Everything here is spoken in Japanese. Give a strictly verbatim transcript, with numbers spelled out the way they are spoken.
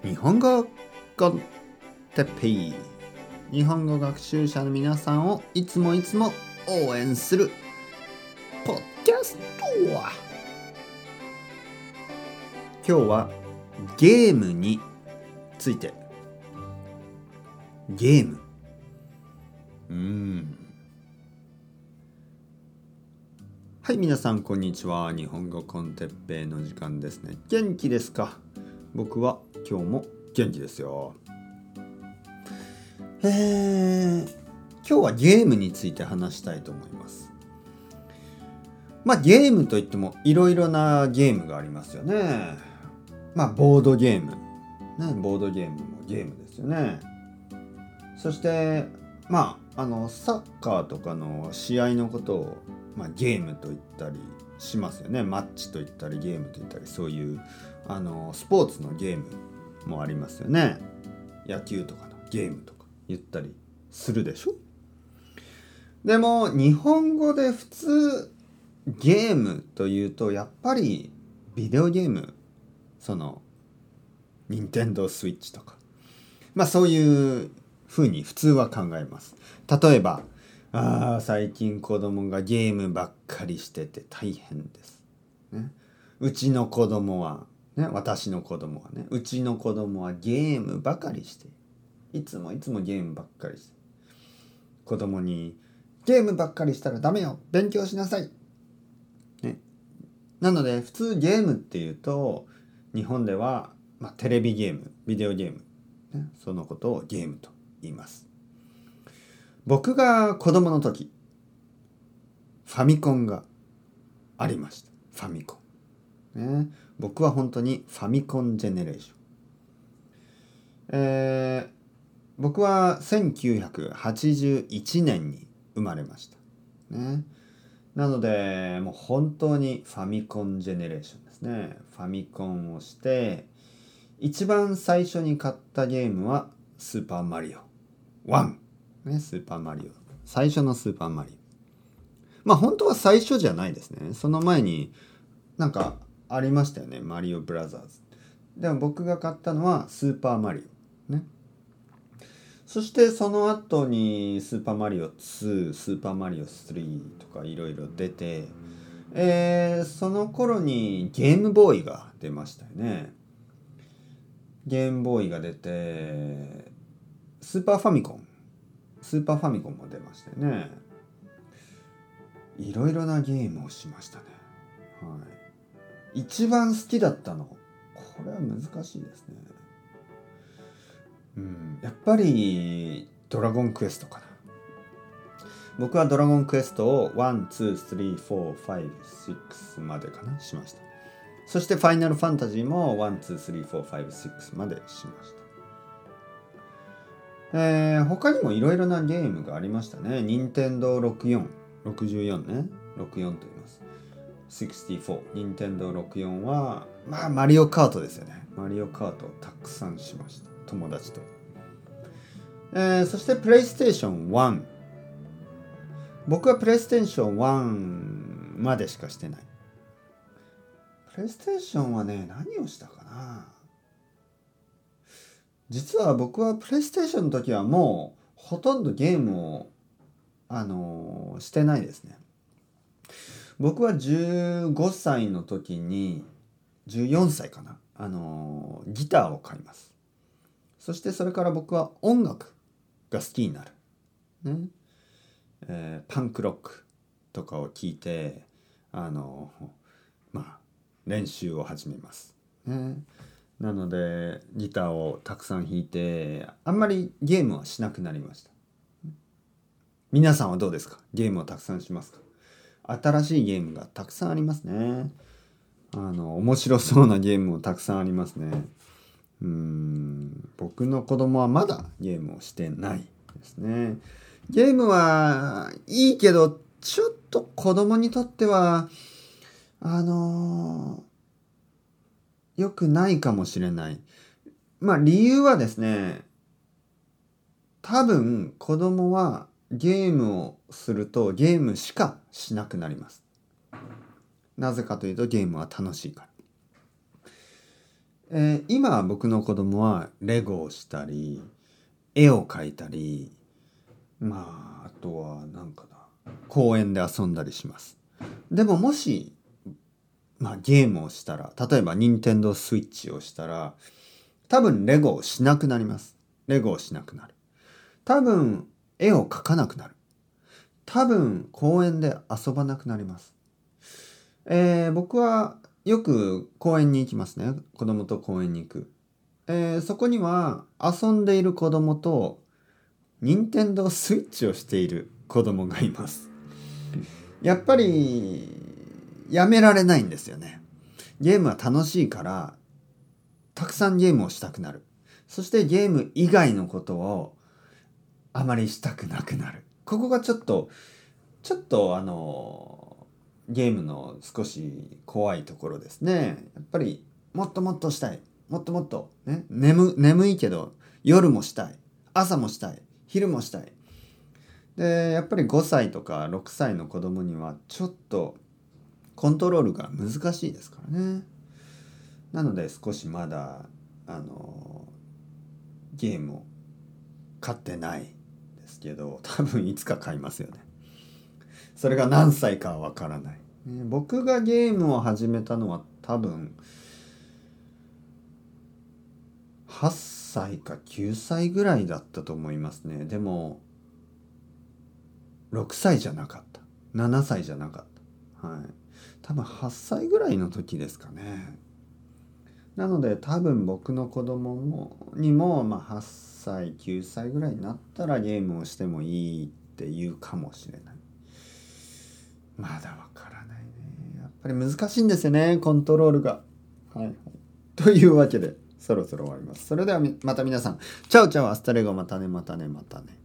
日本語コンテッペイ、日本語学習者の皆さんをいつもいつも応援するポッドキャスト。今日はゲームについて。ゲームうーんはい、皆さんこんにちは。日本語コンテッペイの時間ですね。元気ですか？僕は今日も元気ですよ。えー、今日はゲームについて話したいと思います。まあゲームといってもいろいろなゲームがありますよね。まあボードゲーム、ね、ボードゲームもゲームですよね。そしてまああのサッカーとかの試合のことを、まあ、ゲームと言ったりしますよね。マッチと言ったりゲームと言ったり、そういうあのスポーツのゲームもありますよね。野球とかのゲームとか言ったりするでしょ。でも日本語で普通ゲームというとやっぱりビデオゲーム、その任天堂スイッチとか、まあそういう風に普通は考えます。例えばあ最近子供がゲームばっかりしてて大変です、ね、うちの子供はね、私の子供はね、うちの子供はゲームばかりしていつもいつもゲームばっかりして、子供にゲームばっかりしたらダメよ、勉強しなさい、ね、なので普通ゲームっていうと日本では、まあ、テレビゲーム、ビデオゲーム、ね、そのことをゲームと言います。僕が子供の時ファミコンがありました。ファミコン、ね、僕は本当にファミコンジェネレーション、えー、僕はせんきゅうひゃくはちじゅういちねんに生まれました、ね、なのでもう本当にファミコンジェネレーションですね。ファミコンをして一番最初に買ったゲームはスーパーマリオワン、ね、スーパーマリオ、最初のスーパーマリオ、まあ本当は最初じゃないですね。その前になんかありましたよね、マリオブラザーズ。でも僕が買ったのはスーパーマリオね。そしてその後にスーパーマリオツー、スーパーマリオスリーとかいろいろ出て、えー、その頃にゲームボーイが出ましたよね。ゲームボーイが出てスーパーファミコンスーパーファミコンも出ましたよね。いろいろなゲームをしましたね。はい。一番好きだったの、これは難しいですね。うん、やっぱりドラゴンクエストかな。僕はドラゴンクエストをワン、ツー、スリー、フォー、ファイブ、シックスまでかなしました。そしてファイナルファンタジーもワン、ツー、スリー、フォー、ファイブ、シックスまでしました。えー、他にもいろいろなゲームがありましたね。任天堂ろくじゅうよん、ろくじゅうよんね。ろくじゅうよんと言います。ろくじゅうよん、任天堂ろくじゅうよんは、まあマリオカートですよね。マリオカートをたくさんしました。友達と。えー、そしてプレイステーションワン。僕はプレイステーションワンまでしかしてない。プレイステーションはね、何をしたかな。実は僕はプレイステーションの時はもうほとんどゲームをあのー、してないですね。僕はじゅうごさいの時にじゅうよんさいかな、あのー、ギターを買います。そしてそれから僕は音楽が好きになる、ねえー、パンクロックとかを聴いてあのー、まあ練習を始めます、ね、なのでギターをたくさん弾いてあんまりゲームはしなくなりました。皆さんはどうですか？ゲームをたくさんしますか？新しいゲームがたくさんありますね。あの面白そうなゲームもたくさんありますね。うーん僕の子供はまだゲームをしてないですね。ゲームはいいけどちょっと子供にとってはあのー、良くないかもしれない。まあ理由はですね、多分子供はゲームをするとゲームしかしなくなります。なぜかというとゲームは楽しいから。 えー今僕の子供はレゴをしたり絵を描いたり、まああとはなんかな、公園で遊んだりします。でももし、まあ、ゲームをしたら、例えば任天堂スイッチをしたら多分レゴをしなくなります。レゴをしなくなる。多分絵を描かなくなる。多分公園で遊ばなくなります。えー僕はよく公園に行きますね。子供と公園に行く。えーそこには遊んでいる子供と任天堂スイッチをしている子供がいます。やっぱりやめられないんですよね。ゲームは楽しいからたくさんゲームをしたくなる。そしてゲーム以外のことをあまりしたくなくなる。ここがちょっとちょっとあのゲームの少し怖いところですね。やっぱりもっともっとしたい。もっともっとね、眠眠いけど夜もしたい。朝もしたい。昼もしたい。で、やっぱりごさいとかろくさいの子供にはちょっとコントロールが難しいですからね。なので少しまだあのゲームを買ってないですけど、多分いつか買いますよね。それが何歳かはわからない。ね、僕がゲームを始めたのは多分はっさいかきゅうさいぐらいだったと思いますね。でもろくさいじゃなかった。ななさいじゃなかった。はい。多分はっさいぐらいの時ですかね。なので多分僕の子供もにも、まあ、はっさいきゅうさいぐらいになったらゲームをしてもいいって言うかもしれない。まだわからないね。やっぱり難しいんですよね、コントロールが。はいはい。というわけでそろそろ終わります。それではまた皆さん、チャオチャオ、アスタレゴ、またねまたねまたね。